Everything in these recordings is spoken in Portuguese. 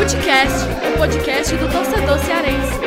Futecast, o podcast do torcedor cearense.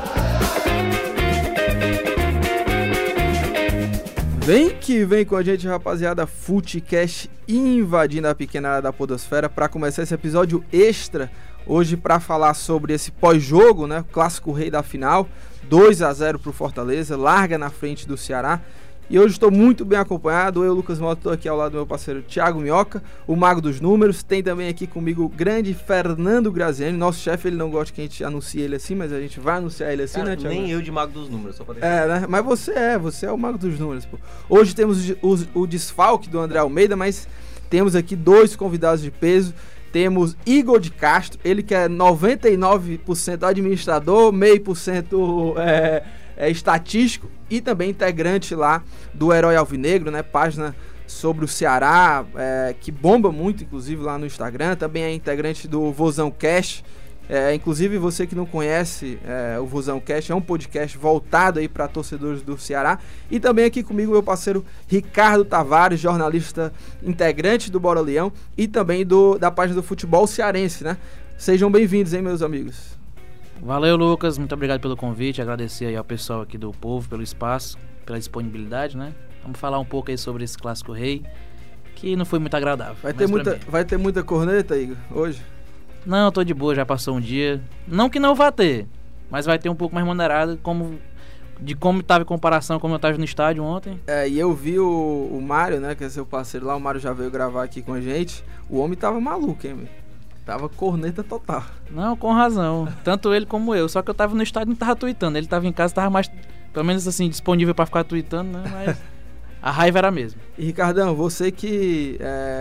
Vem que vem com a gente, rapaziada. Futecast invadindo a pequena área da podosfera para começar esse episódio extra hoje para falar sobre esse pós-jogo, né? O clássico rei da final, 2-0 pro Fortaleza, larga na frente do Ceará. E hoje estou muito bem acompanhado. Eu, Lucas Mota, estou aqui ao lado do meu parceiro Thiago Minhoca, o mago dos números. Tem também aqui comigo o grande Fernando Graziani, nosso chefe. Ele não gosta que a gente anuncie ele assim, mas a gente vai anunciar ele assim, cara, né, Thiago? Nem eu de mago dos números, só pra deixar. Né? Mas você é o mago dos números, pô. Hoje temos o desfalque do André Almeida, mas temos aqui dois convidados de peso. Temos Igor de Castro, ele que é 99% administrador, 0,5% estatístico e também integrante lá do Herói Alvinegro, né? Página sobre o Ceará, que bomba muito, inclusive, lá no Instagram. Também é integrante do Vozão Cast. Inclusive, você que não conhece o Vozão Cast, é um podcast voltado aí para torcedores do Ceará. E também aqui comigo meu parceiro Ricardo Tavares, jornalista integrante do Bora Leão e também da página do Futebol Cearense, né? Sejam bem-vindos, hein, meus amigos. Valeu, Lucas, muito obrigado pelo convite, agradecer aí ao pessoal aqui do Povo pelo espaço, pela disponibilidade, né? Vamos falar um pouco aí sobre esse clássico rei, que não foi muito agradável. Vai ter muita corneta, Igor, hoje? Não, tô de boa, já passou um dia. Não que não vá ter, mas vai ter um pouco mais moderado, como estava em comparação como eu estava no estádio ontem. E eu vi o Mário, né, que é seu parceiro lá, o Mário já veio gravar aqui com a gente. O homem tava maluco, hein, meu? Tava corneta total. Não, com razão. Tanto ele como eu. Só que eu tava no estádio e não tava tweetando. Ele tava em casa, tava mais, pelo menos assim, disponível pra ficar tweetando, né? Mas a raiva era a mesma. E Ricardão, você que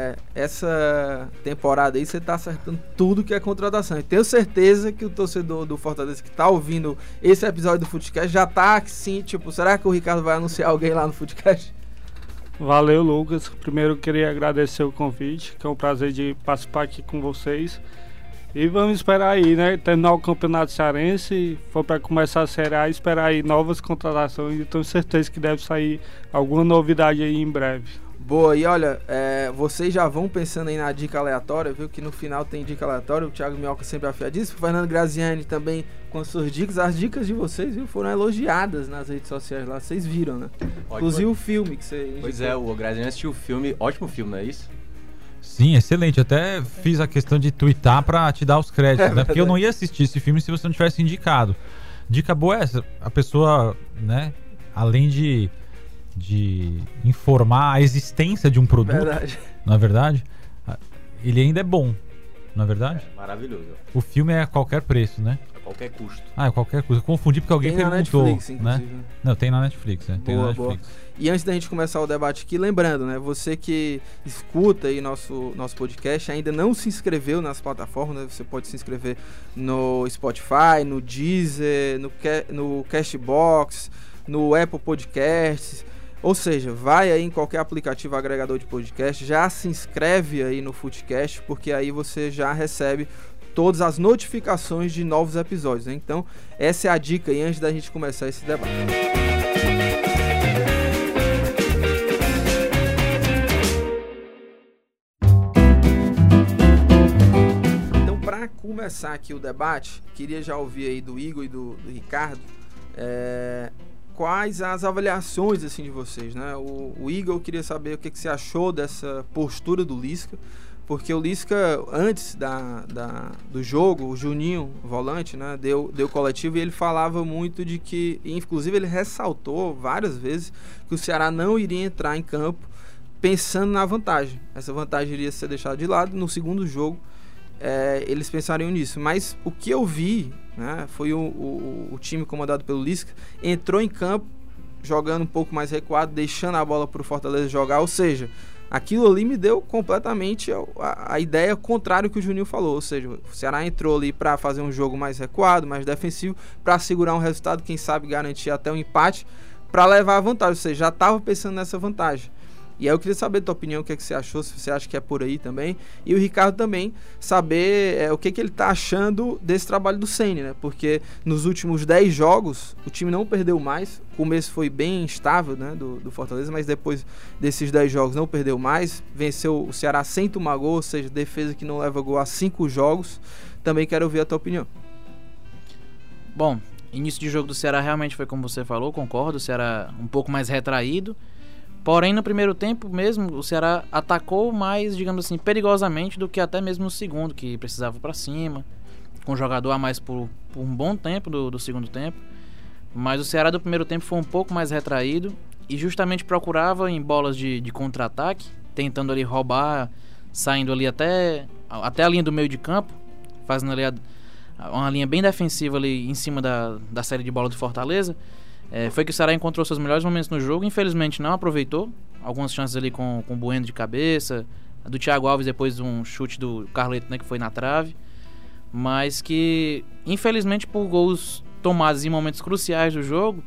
essa temporada aí, você tá acertando tudo que é contratação. E tenho certeza que o torcedor do Fortaleza que tá ouvindo esse episódio do Futecast já tá assim, tipo, será que o Ricardo vai anunciar alguém lá no Futecast? Valeu, Lucas. Primeiro eu queria agradecer o convite, que é um prazer de participar aqui com vocês. E vamos esperar aí, né? Terminar o Campeonato Cearense, for para começar a Série A, esperar aí novas contratações. E tenho certeza que deve sair alguma novidade aí em breve. Boa, e olha, vocês já vão pensando aí na dica aleatória, viu? Que no final tem dica aleatória, o Thiago Minhoca sempre afiadíssimo, o Fernando Graziani também com as suas dicas. As dicas de vocês, viu, foram elogiadas nas redes sociais lá, vocês viram, né? Ótimo. Inclusive o filme que você indicou. Pois é, o Graziani assistiu o filme, ótimo filme, não é isso? Sim, excelente, até fiz a questão de twittar pra te dar os créditos, né? Porque eu não ia assistir esse filme se você não tivesse indicado. Dica boa é essa, a pessoa, né, além de informar a existência de um produto, não é verdade? Ele ainda é bom, não é verdade? Maravilhoso. O filme é a qualquer preço, né? A qualquer custo. A qualquer custo. Eu confundi porque alguém perguntou. Tem na Netflix, né? inclusive. Não, tem na Netflix, né? Tem na Netflix. Boa. E antes da gente começar o debate aqui, lembrando, né? Você que escuta aí nosso podcast, ainda não se inscreveu nas plataformas, né? Você pode se inscrever no Spotify, no Deezer, no Castbox, no Apple Podcasts. Ou seja, vai aí em qualquer aplicativo agregador de podcast, já se inscreve aí no Futecast, porque aí você já recebe todas as notificações de novos episódios, né? Então, essa é a dica aí antes da gente começar esse debate. Então, para começar aqui o debate, queria já ouvir aí do Igor e do Ricardo, quais as avaliações assim de vocês, né? O Igor, eu queria saber o que você achou dessa postura do Lisca, porque o Lisca, antes do jogo, o Juninho, volante, né, deu coletivo e ele falava muito de que, inclusive ele ressaltou várias vezes que o Ceará não iria entrar em campo pensando na vantagem. Essa vantagem iria ser deixada de lado. No segundo jogo, eles pensariam nisso. Mas o que eu vi, né, foi o time comandado pelo Lisca entrou em campo jogando um pouco mais recuado, deixando a bola para o Fortaleza jogar, ou seja, aquilo ali me deu completamente a ideia contrária que o Juninho falou, ou seja, o Ceará entrou ali para fazer um jogo mais recuado, mais defensivo, para segurar um resultado, quem sabe garantir até um empate, para levar a vantagem, ou seja, já estava pensando nessa vantagem. E aí eu queria saber a tua opinião, o que é que você achou, se você acha que é por aí também. E o Ricardo também, saber o que ele tá achando desse trabalho do Ceni, né? Porque nos últimos 10 jogos, o time não perdeu mais. O começo foi bem instável, né, do Fortaleza, mas depois desses 10 jogos não perdeu mais. Venceu o Ceará sem tomar gol, ou seja, defesa que não leva gol há 5 jogos. Também quero ouvir a tua opinião. Bom, início de jogo do Ceará realmente foi como você falou, concordo. O Ceará um pouco mais retraído. Porém, no primeiro tempo mesmo, o Ceará atacou mais, digamos assim, perigosamente do que até mesmo no segundo, que precisava para cima, com o jogador a mais por um bom tempo do segundo tempo. Mas o Ceará do primeiro tempo foi um pouco mais retraído e justamente procurava em bolas de contra-ataque, tentando ali roubar, saindo ali até a linha do meio de campo, fazendo ali uma linha bem defensiva ali em cima da série de bola do Fortaleza. Foi que o Ceará encontrou seus melhores momentos no jogo. Infelizmente não aproveitou. Algumas chances ali com o Bueno de cabeça, a do Thiago Alves depois de um chute do Carleto, né, que foi na trave. Mas que, infelizmente, por gols tomados em momentos cruciais do jogo,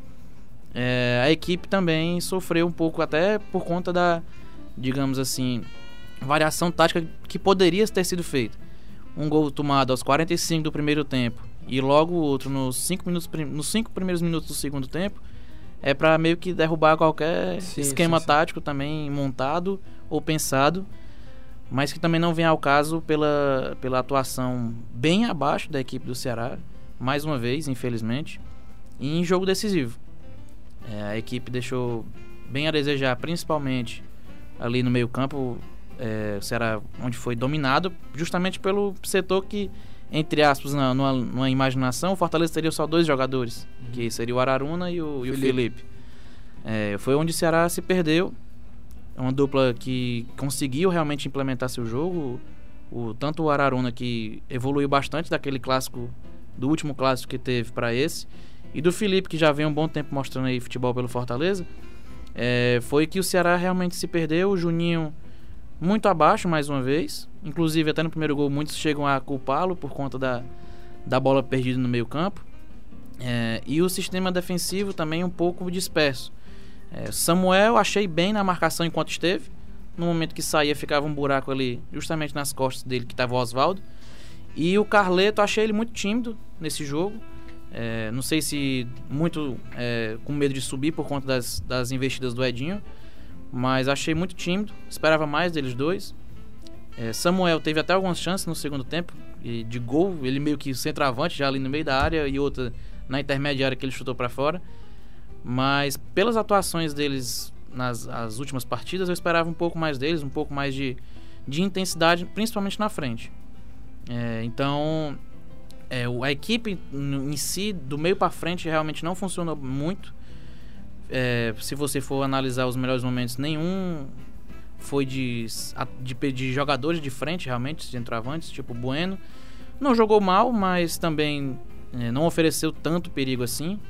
a equipe também sofreu um pouco, até por conta da, digamos assim, variação tática que poderia ter sido feita. Um gol tomado aos 45 do primeiro tempo e logo o outro nos 5 primeiros minutos do segundo tempo, é para meio que derrubar qualquer esquema tático também montado ou pensado, mas que também não vem ao caso pela atuação bem abaixo da equipe do Ceará, mais uma vez, infelizmente, em jogo decisivo. A equipe deixou bem a desejar, principalmente ali no meio campo, o Ceará, onde foi dominado justamente pelo setor que, entre aspas, numa imaginação, o Fortaleza teria só 2 jogadores, que seria o Araruna e o Felipe. Foi onde o Ceará se perdeu. É uma dupla que conseguiu realmente implementar seu jogo. Tanto o Araruna, que evoluiu bastante daquele clássico, do último clássico que teve para esse, e do Felipe, que já vem um bom tempo mostrando aí futebol pelo Fortaleza. Foi que o Ceará realmente se perdeu. O Juninho muito abaixo mais uma vez, inclusive até no primeiro gol muitos chegam a culpá-lo por conta da bola perdida no meio campo, e o sistema defensivo também um pouco disperso. Samuel achei bem na marcação enquanto esteve. No momento que saía ficava um buraco ali justamente nas costas dele, que estava o Oswaldo. E o Carleto, achei ele muito tímido nesse jogo. Não sei se muito com medo de subir por conta das investidas do Edinho, mas achei muito tímido, esperava mais deles dois. Samuel teve até algumas chances no segundo tempo de gol, ele meio que centroavante já ali no meio da área, e outra na intermediária que ele chutou para fora. Mas pelas atuações deles nas últimas partidas, eu esperava um pouco mais deles, um pouco mais de intensidade, principalmente na frente. Então a equipe em si, do meio para frente, realmente não funcionou muito. Se você for analisar os melhores momentos, nenhum foi de jogadores de frente, realmente, centroavantes, tipo o Bueno. Não jogou mal, mas também não ofereceu tanto perigo assim.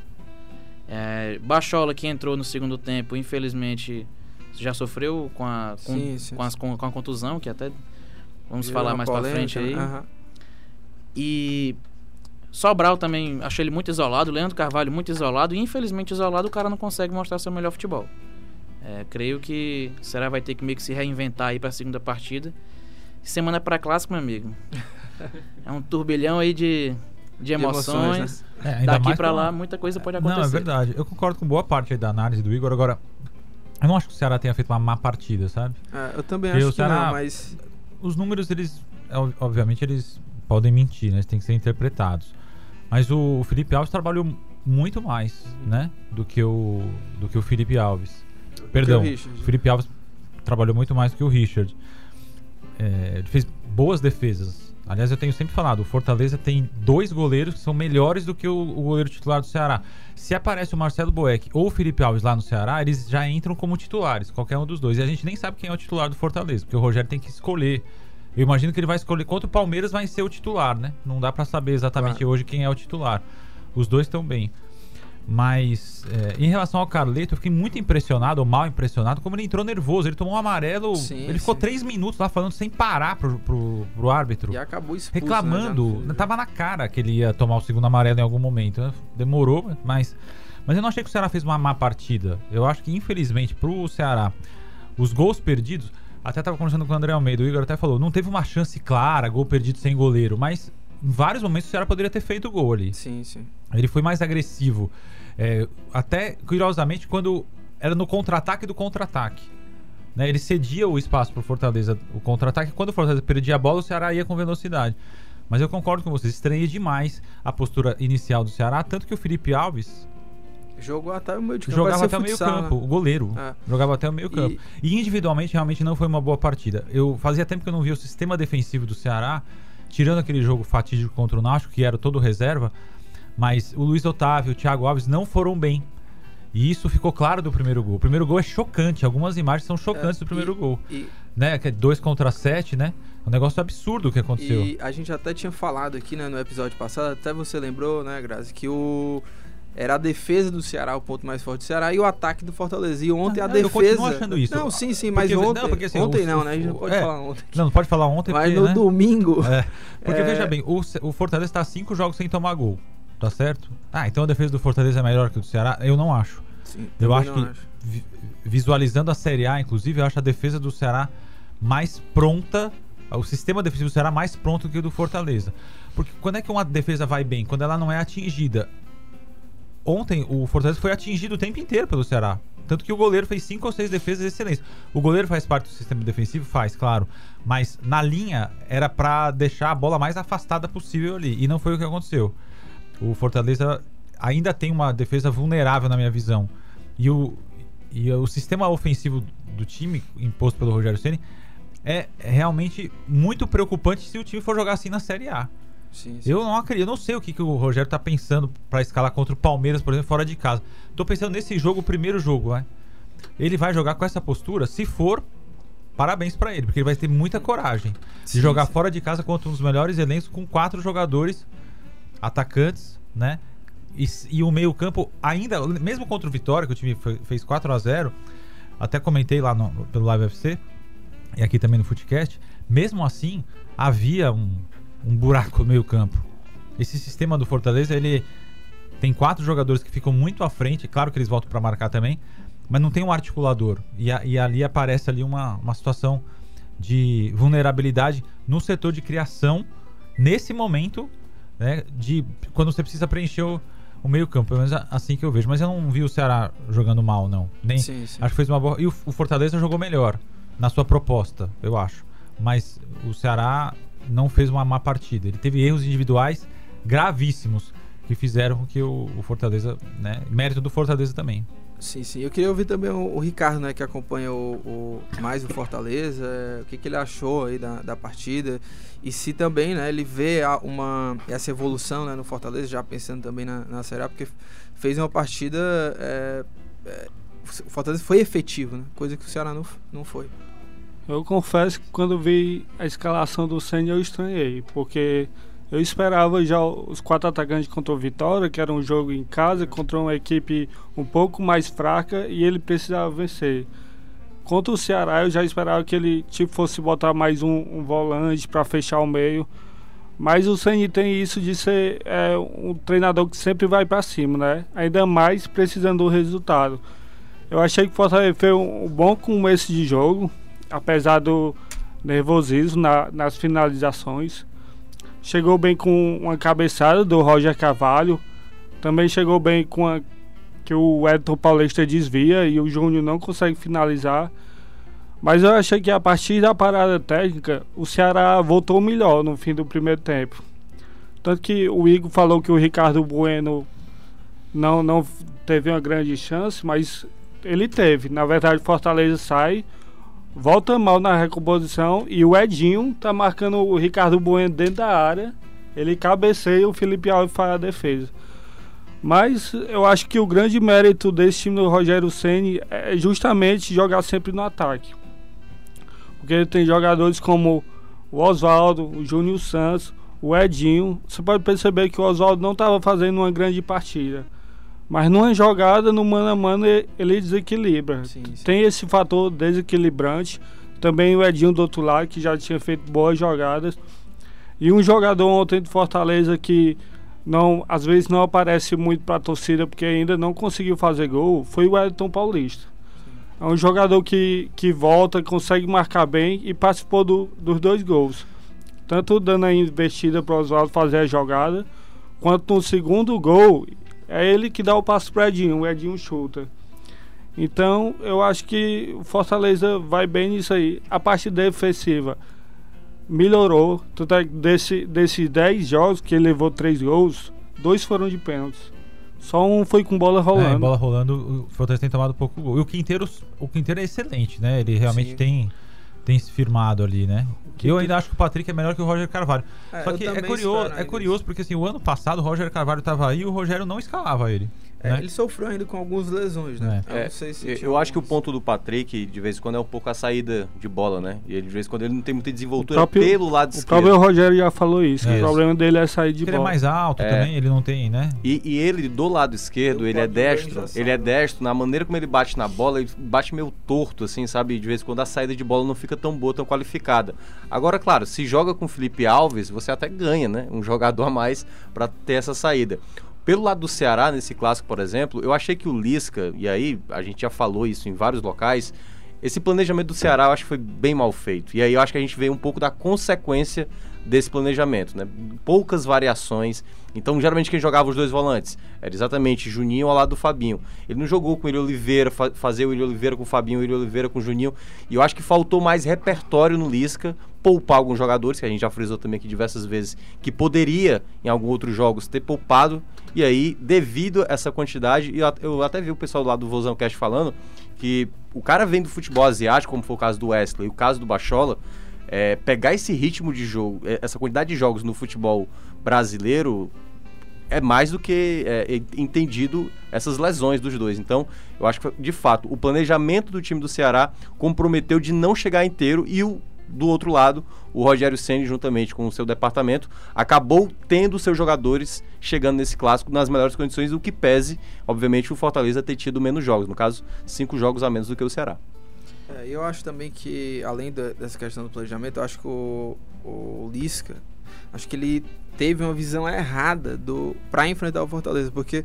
Bachola, que entrou no segundo tempo, infelizmente já sofreu com a contusão, que até vamos falar mais pra frente aí. E Sobral também, achei ele muito isolado. Leandro Carvalho muito isolado. E infelizmente isolado, o cara não consegue mostrar seu melhor futebol. Creio que o Ceará vai ter que meio que se reinventar aí pra segunda partida. Semana pra clássico, meu amigo. É um turbilhão aí de emoções, né? Daqui pra lá muita coisa pode acontecer. Não, é verdade. Eu concordo com boa parte aí da análise do Igor. Agora, eu não acho que o Ceará tenha feito uma má partida, sabe? Eu também acho que não, mas... Os números, eles... Obviamente, eles podem mentir, né? Eles têm que ser interpretados. Mas o Felipe Alves trabalhou muito mais, né? Do que o Felipe Alves. Perdão, o Felipe Alves trabalhou muito mais do que o Richard. Ele fez boas defesas. Aliás, eu tenho sempre falado, o Fortaleza tem 2 goleiros que são melhores do que o goleiro titular do Ceará. Se aparece o Marcelo Boeck ou o Felipe Alves lá no Ceará, eles já entram como titulares, qualquer um dos dois. E a gente nem sabe quem é o titular do Fortaleza, porque o Rogério tem que escolher. Eu imagino que ele vai escolher contra o Palmeiras, vai ser o titular, né? Não dá pra saber exatamente hoje quem é o titular. Os dois estão bem. Mas em relação ao Carleto, eu fiquei muito impressionado, ou mal impressionado, como ele entrou nervoso. Ele tomou um amarelo, ele ficou 3 minutos lá falando sem parar pro árbitro. E acabou expulso, reclamando, né? Tava na cara que ele ia tomar o segundo amarelo em algum momento, né? Demorou, mas eu não achei que o Ceará fez uma má partida. Eu acho que infelizmente pro Ceará, Os gols perdidos, até tava conversando com o André Almeida, o Igor até falou, não teve uma chance clara, gol perdido sem goleiro, mas em vários momentos o Ceará poderia ter feito o gol ali. Sim, sim. Ele foi mais agressivo. Até, curiosamente, quando era no contra-ataque do contra-ataque. Né? Ele cedia o espaço pro Fortaleza, o contra-ataque. Quando o Fortaleza perdia a bola, o Ceará ia com velocidade. Mas eu concordo com vocês, estranhei demais a postura inicial do Ceará, tanto que o Felipe Alves Jogou até o meio de campo. jogava até o futsal, meio campo, né? o goleiro jogava até o meio campo. E individualmente realmente não foi uma boa partida. Eu fazia tempo que eu não via o sistema defensivo do Ceará, tirando aquele jogo fatídico contra o Náutico, que era todo reserva, mas o Luiz Otávio e o Thiago Alves não foram bem. E isso ficou claro do primeiro gol. O primeiro gol é chocante, algumas imagens são chocantes do primeiro gol. Né? Que é 2-7, né? Um negócio absurdo o que aconteceu. E a gente até tinha falado aqui, né, no episódio passado, até você lembrou, né, Grazi, que era a defesa do Ceará o ponto mais forte do Ceará e o ataque do Fortaleza. E ontem a defesa... Eu continuo achando isso. Não, sim, mas ontem... Não, porque, assim, ontem não, né? A gente não pode falar ontem. Não pode falar ontem mas porque, no domingo... Porque veja bem, o Fortaleza está 5 jogos sem tomar gol. Tá certo? Então a defesa do Fortaleza é melhor que a do Ceará? Eu não acho. Sim, eu acho que, visualizando a Série A, inclusive, eu acho a defesa do Ceará mais pronta, o sistema defensivo do Ceará mais pronto que o do Fortaleza. Porque quando é que uma defesa vai bem? Quando ela não é atingida. Ontem o Fortaleza foi atingido o tempo inteiro pelo Ceará. Tanto que o goleiro fez 5 ou 6 defesas excelentes. O goleiro faz parte do sistema defensivo? Faz, claro. Mas na linha era pra deixar a bola mais afastada possível ali. E não foi o que aconteceu. O Fortaleza ainda tem uma defesa vulnerável na minha visão. E o sistema ofensivo do time, imposto pelo Rogério Ceni, é realmente muito preocupante se o time for jogar assim na Série A. Sim. Eu não acredito, eu não sei o que o Rogério tá pensando pra escalar contra o Palmeiras, por exemplo, fora de casa. Tô pensando nesse jogo, o primeiro jogo, né? Ele vai jogar com essa postura? Se for, parabéns pra ele, porque ele vai ter muita coragem de jogar fora de casa contra um dos melhores elencos com 4 jogadores atacantes, né? E o meio-campo ainda, mesmo contra o Vitória, que o time fez 4-0, até comentei lá pelo Live FC e aqui também no Footcast, mesmo assim havia um buraco no meio-campo. Esse sistema do Fortaleza, ele tem 4 jogadores que ficam muito à frente, claro que eles voltam para marcar também, mas não tem um articulador. E ali aparece ali uma situação de vulnerabilidade no setor de criação, nesse momento, né, de quando você precisa preencher o meio-campo, pelo menos assim que eu vejo. Mas eu não vi o Ceará jogando mal, não. Sim. Acho que fez uma boa. E o Fortaleza jogou melhor na sua proposta, eu acho. Mas o Ceará não fez uma má partida. Ele teve erros individuais gravíssimos que fizeram com que o Fortaleza, né, mérito do Fortaleza também. Sim. Eu queria ouvir também o Ricardo, né, que acompanha mais o Fortaleza, o que ele achou aí da partida e se também, né, ele vê essa evolução, né, no Fortaleza, já pensando também na Série A, porque fez uma partida, o Fortaleza foi efetivo, né, coisa que o Ceará não foi. Eu confesso que quando vi a escalação do Ceni eu estranhei, porque eu esperava já os 4 atacantes contra o Vitória, que era um jogo em casa, contra uma equipe um pouco mais fraca, e ele precisava vencer. Contra o Ceará, eu já esperava que ele fosse botar mais um volante para fechar o meio. Mas o Ceni tem isso de ser um treinador que sempre vai para cima, né? Ainda mais precisando do resultado. Eu achei que o Fortaleza fez um bom começo de jogo, apesar do nervosismo nas finalizações. Chegou bem com uma cabeçada do Roger Carvalho. Também chegou bem com que o Elton Paulista desvia e o Júnior não consegue finalizar. Mas eu achei que a partir da parada técnica, o Ceará voltou melhor no fim do primeiro tempo. Tanto que o Igor falou que o Ricardo Bueno não teve uma grande chance, mas ele teve. Na verdade, o Fortaleza sai, volta mal na recomposição e o Edinho tá marcando o Ricardo Bueno dentro da área. Ele cabeceia e o Felipe Alves faz a defesa. Mas eu acho que o grande mérito desse time do Rogério Ceni é justamente jogar sempre no ataque. Porque ele tem jogadores como o Oswaldo, o Júnior Santos, o Edinho. Você pode perceber que o Oswaldo não estava fazendo uma grande partida. Mas numa jogada, no mano a mano, ele desequilibra. Sim. Tem esse fator desequilibrante. Também o Edinho do outro lado, que já tinha feito boas jogadas. E um jogador ontem do Fortaleza que às vezes não aparece muito para a torcida, porque ainda não conseguiu fazer gol, foi o Elton Paulista. É um jogador que volta, consegue marcar bem e participou dos 2 gols. Tanto dando a investida para o Oswaldo fazer a jogada, quanto no segundo gol, é ele que dá o passe para o Edinho chuta. Então, eu acho que o Fortaleza vai bem nisso aí. A parte defensiva melhorou. Desses 10 jogos que ele levou 3 gols, 2 foram de pênaltis. Só um foi com bola rolando. Bola rolando, o Fortaleza tem tomado pouco gol. E o Quinteiro é excelente, né? Ele realmente tem se firmado ali, né? Eu ainda acho que o Patrick é melhor que o Roger Carvalho. Só que é curioso porque assim, o ano passado o Roger Carvalho estava aí e o Rogério não escalava ele. Né? Ele sofreu ainda com algumas lesões, né? Eu não sei se eu acho que o ponto do Patrick, de vez em quando, é um pouco a saída de bola, né? E ele, de vez em quando, ele não tem muita desenvoltura pelo lado esquerdo. O próprio Rogério já falou isso. O problema dele é sair de bola. Ele é mais alto também, ele não tem, né? E ele, do lado esquerdo, ele é destro. Na maneira como ele bate na bola, ele bate meio torto, assim, sabe? De vez em quando a saída de bola não fica tão boa, tão qualificada. Agora, claro, se joga com o Felipe Alves, você até ganha, né? Um jogador a mais para ter essa saída. Pelo lado do Ceará, nesse clássico, por exemplo, eu achei que o Lisca, e aí a gente já falou isso em vários locais, esse planejamento do Ceará eu acho que foi bem mal feito. E aí eu acho que a gente vê um pouco da consequência desse planejamento, né? Poucas variações. Então, geralmente, quem jogava os 2 volantes era exatamente Juninho ao lado do Fabinho. Ele não jogou com o William Oliveira, fazer o William Oliveira com o Fabinho, o William Oliveira com o Juninho. E eu acho que faltou mais repertório no Lisca, poupar alguns jogadores, que a gente já frisou também aqui diversas vezes, que poderia, em alguns outros jogos, ter poupado. E aí, devido a essa quantidade, e eu até vi o pessoal lá do Vozão Cast falando que o cara vem do futebol asiático, como foi o caso do Wesley e o caso do Bachola, pegar esse ritmo de jogo, essa quantidade de jogos no futebol brasileiro, é mais do que entendido essas lesões dos dois. Então, eu acho que, de fato, o planejamento do time do Ceará comprometeu de não chegar inteiro e do outro lado, o Rogério Ceni, juntamente com o seu departamento, acabou tendo seus jogadores chegando nesse clássico nas melhores condições, o que pese, obviamente, o Fortaleza ter tido menos jogos, no caso, 5 jogos a menos do que o Ceará. Eu acho também que, além dessa questão do planejamento, eu acho que o Lisca, acho que ele teve uma visão errada para enfrentar o Fortaleza, porque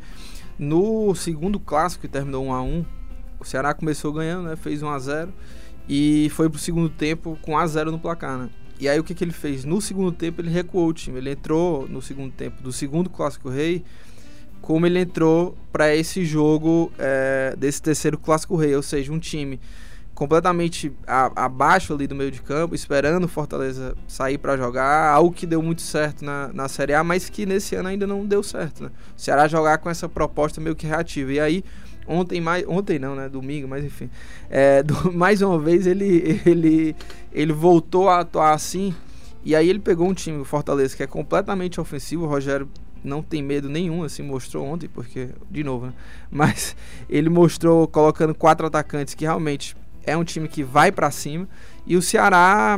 no segundo clássico, que terminou 1-1, o Ceará começou ganhando, né, fez 1-0, e foi pro segundo tempo com 1-0 no placar, né? E aí o que ele fez? No segundo tempo ele recuou o time. Ele entrou no segundo tempo do segundo Clássico Rei, como ele entrou para esse jogo desse terceiro Clássico Rei, ou seja, um time completamente abaixo ali do meio de campo, esperando o Fortaleza sair para jogar, algo que deu muito certo na Série A, mas que nesse ano ainda não deu certo, né? O Ceará jogar com essa proposta meio que reativa. E aí ontem não, né? Domingo, mas enfim. Mais uma vez ele voltou a atuar assim. E aí ele pegou um time, o Fortaleza, que é completamente ofensivo. O Rogério não tem medo nenhum, assim, mostrou ontem, porque, de novo, né? Mas ele mostrou colocando 4 atacantes, que realmente é um time que vai pra cima. E o Ceará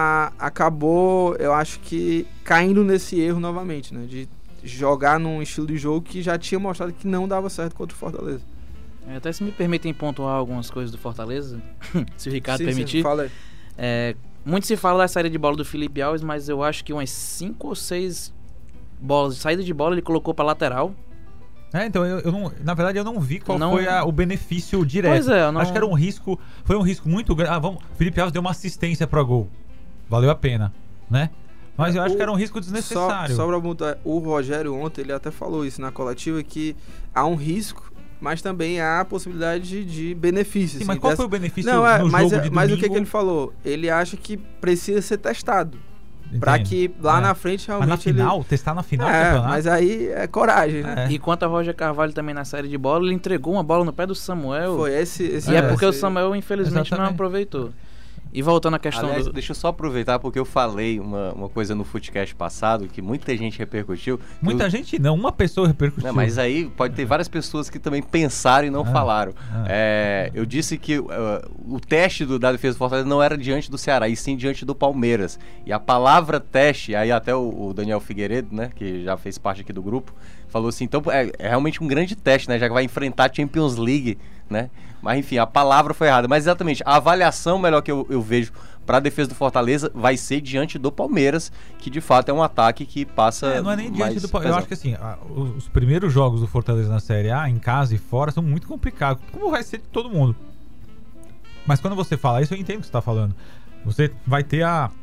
acabou, eu acho que, caindo nesse erro novamente, né? De jogar num estilo de jogo que já tinha mostrado que não dava certo contra o Fortaleza. Até se me permitem pontuar algumas coisas do Fortaleza, se o Ricardo permitir. Sim, fala aí. Muito se fala da saída de bola do Felipe Alves, mas eu acho que umas 5 ou 6 bolas de saída de bola ele colocou pra lateral. Então eu não, na verdade eu não vi qual foi o benefício direto. Pois é, acho que era um risco, foi um risco muito grande. Felipe Alves deu uma assistência para gol, valeu a pena, né? Mas eu acho que era um risco desnecessário. Só pra montar, o Rogério ontem ele até falou isso na coletiva, que há um risco, mas também há a possibilidade de benefícios. Sim, mas qual foi o benefício no jogo de domingo? Mas o que ele falou? Ele acha que precisa ser testado. Entendo. Pra que lá na frente realmente. Mas na final? Testar na final do campeonato? Mas aí é coragem, né? E quanto a Roger Carvalho também na série de bola, ele entregou uma bola no pé do Samuel. Foi esse e é porque o Samuel, infelizmente, não aproveitou. E voltando à questão deixa eu só aproveitar, porque eu falei uma coisa no Footcast passado que muita gente repercutiu. Muita gente não, uma pessoa repercutiu. Não, mas aí pode ter várias pessoas que também pensaram e não falaram. Eu disse que o teste da defesa do Fortaleza não era diante do Ceará, e sim diante do Palmeiras. E a palavra teste, aí até o Daniel Figueiredo, né, que já fez parte aqui do grupo, falou assim, então é realmente um grande teste, né, já que vai enfrentar a Champions League, né? Mas enfim, a palavra foi errada. Mas exatamente, a avaliação melhor que eu vejo para a defesa do Fortaleza vai ser diante do Palmeiras, que de fato é um ataque que passa. Não é nem diante do Palmeiras. Eu acho que assim, os primeiros jogos do Fortaleza na Série A, em casa e fora, são muito complicados. Como vai ser de todo mundo. Mas quando você fala isso, eu entendo o que você está falando. Você vai ter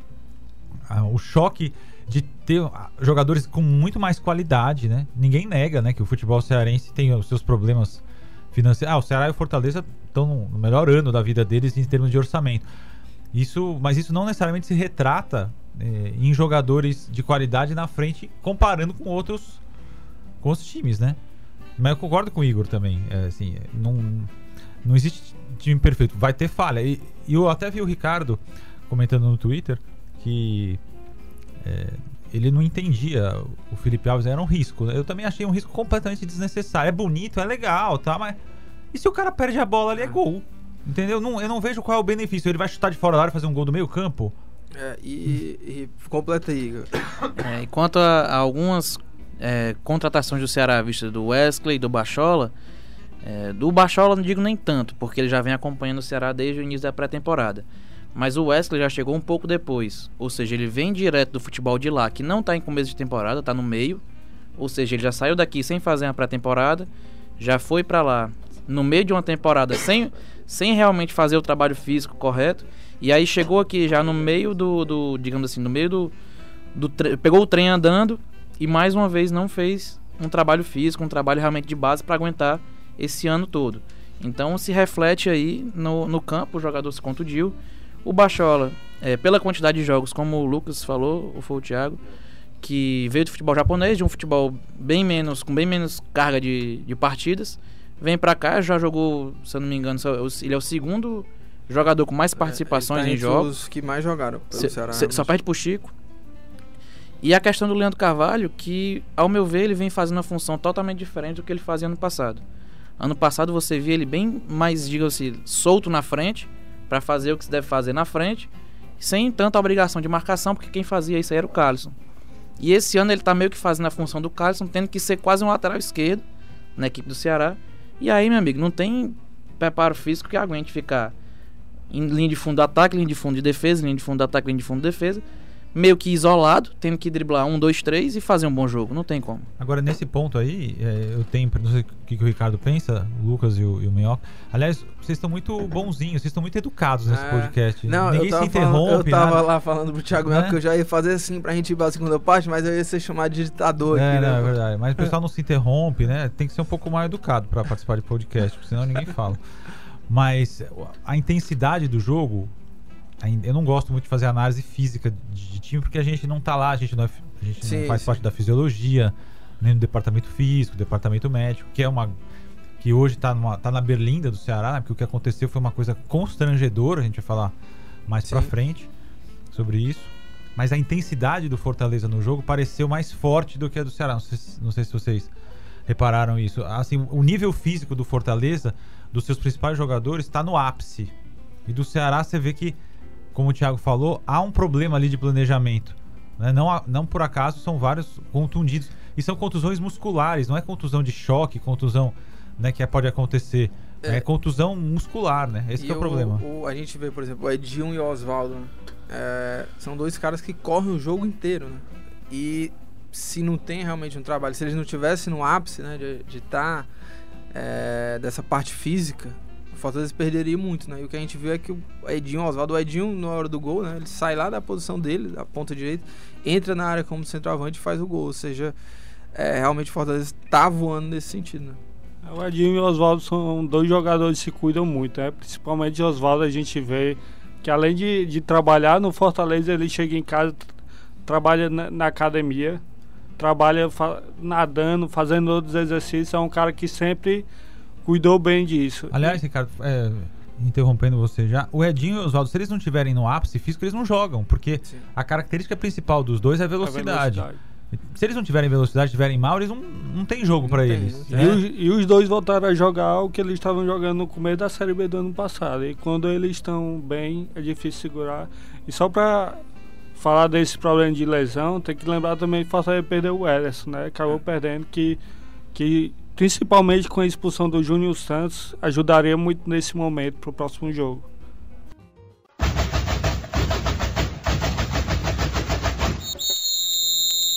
o choque de ter jogadores com muito mais qualidade, né? Ninguém nega, né, que o futebol cearense tem os seus problemas financeiros. O Ceará e o Fortaleza estão no melhor ano da vida deles em termos de orçamento. Mas isso não necessariamente se retrata em jogadores de qualidade na frente, comparando com outros times, né? Mas eu concordo com o Igor também. Assim, não existe time perfeito. Vai ter falha. E eu até vi o Ricardo comentando no Twitter que ele não entendia o Felipe Alves, era um risco. Eu também achei um risco completamente desnecessário. É bonito, é legal, tá? Mas e se o cara perde a bola ali, é gol? Entendeu? Eu não vejo qual é o benefício. Ele vai chutar de fora da área e fazer um gol do meio campo? E completa aí, Igor. E quanto a algumas contratações do Ceará, vista do Wesley, do Bachola, do Bachola não digo nem tanto, porque ele já vem acompanhando o Ceará desde o início da pré-temporada. Mas o Wesley já chegou um pouco depois. Ou seja, ele vem direto do futebol de lá, que não está em começo de temporada, está no meio. Ou seja, ele já saiu daqui sem fazer uma pré-temporada, já foi para lá no meio de uma temporada sem realmente fazer o trabalho físico correto. E aí chegou aqui já no meio digamos assim, no meio pegou o trem andando e mais uma vez não fez um trabalho físico, um trabalho realmente de base para aguentar esse ano todo. Então se reflete aí no campo, o jogador se contundiu. O Bachola, pela quantidade de jogos, como o Lucas falou, ou foi o Thiago, que veio do futebol japonês, de um futebol com bem menos carga de partidas, vem pra cá, já jogou, se eu não me engano, ele é o segundo jogador com mais participações em jogos. Os que mais jogaram pelo Ceará. Só perde pro Chico. E a questão do Leandro Carvalho, que, ao meu ver, ele vem fazendo uma função totalmente diferente do que ele fazia ano passado. Ano passado você via ele bem mais, diga-se, solto na frente, para fazer o que se deve fazer na frente, sem tanta obrigação de marcação, porque quem fazia isso aí era o Carlson. E esse ano ele tá meio que fazendo a função do Carlson, tendo que ser quase um lateral esquerdo na equipe do Ceará. E aí, meu amigo, não tem preparo físico que aguente ficar em linha de fundo do ataque, linha de fundo de defesa, linha de fundo do ataque, linha de fundo de defesa, meio que isolado, tendo que driblar 1, 2, 3 e fazer um bom jogo. Não tem como. Agora, nesse ponto aí, eu tenho, não sei o que o Ricardo pensa, o Lucas e o Minhoca. Aliás, vocês estão muito bonzinhos, vocês estão muito educados nesse podcast. Não, ninguém se interrompe. Eu tava lá falando pro Thiago Melo que eu já ia fazer assim pra gente ir pra segunda parte, mas eu ia ser chamado de ditador aqui, né? É verdade. Mas o pessoal não se interrompe, né? Tem que ser um pouco mais educado pra participar de podcast, porque senão ninguém fala. Mas a intensidade do jogo, eu não gosto muito de fazer análise física de time, porque a gente não tá lá, a gente não faz parte da fisiologia, nem do departamento físico, departamento médico, que hoje tá na berlinda do Ceará, né? Porque o que aconteceu foi uma coisa constrangedora, a gente vai falar mais pra frente sobre isso. Mas a intensidade do Fortaleza no jogo pareceu mais forte do que a do Ceará. Não sei se vocês repararam isso. Assim, o nível físico do Fortaleza, dos seus principais jogadores, está no ápice. E do Ceará você vê que, como o Thiago falou, há um problema ali de planejamento, né? Não por acaso são vários contundidos. E são contusões musculares, não é contusão de choque, contusão, né, que pode acontecer. É contusão muscular, né? Esse que é o problema. A gente vê, por exemplo, o Edinho e o Oswaldo, né? São dois caras que correm o jogo inteiro, né? E se não tem realmente um trabalho, se eles não tivessem no ápice, né, de estar dessa parte física, o Fortaleza perderia muito, né? E o que a gente viu é que o Edinho, na hora do gol, né, ele sai lá da posição dele, da ponta direita, entra na área como centroavante e faz o gol. Ou seja, realmente o Fortaleza tá voando nesse sentido, né? O Edinho e o Oswaldo são dois jogadores que se cuidam muito, né? Principalmente o Oswaldo, a gente vê que além de trabalhar no Fortaleza, ele chega em casa, trabalha na academia, trabalha nadando, fazendo outros exercícios. É um cara que sempre cuidou bem disso. Aliás, Ricardo, interrompendo você já, o Edinho e o Oswaldo, se eles não estiverem no ápice físico, eles não jogam, porque a característica principal dos dois é a velocidade. Se eles não tiverem velocidade, estiverem mal, eles não tem jogo pra eles. E os dois voltaram a jogar o que eles estavam jogando no começo da Série B do ano passado. E quando eles estão bem, é difícil segurar. E só pra falar desse problema de lesão, tem que lembrar também que o Fortaleza perdeu o Ederson, né? Acabou perdendo, que principalmente com a expulsão do Júnior Santos, ajudaria muito nesse momento pro próximo jogo.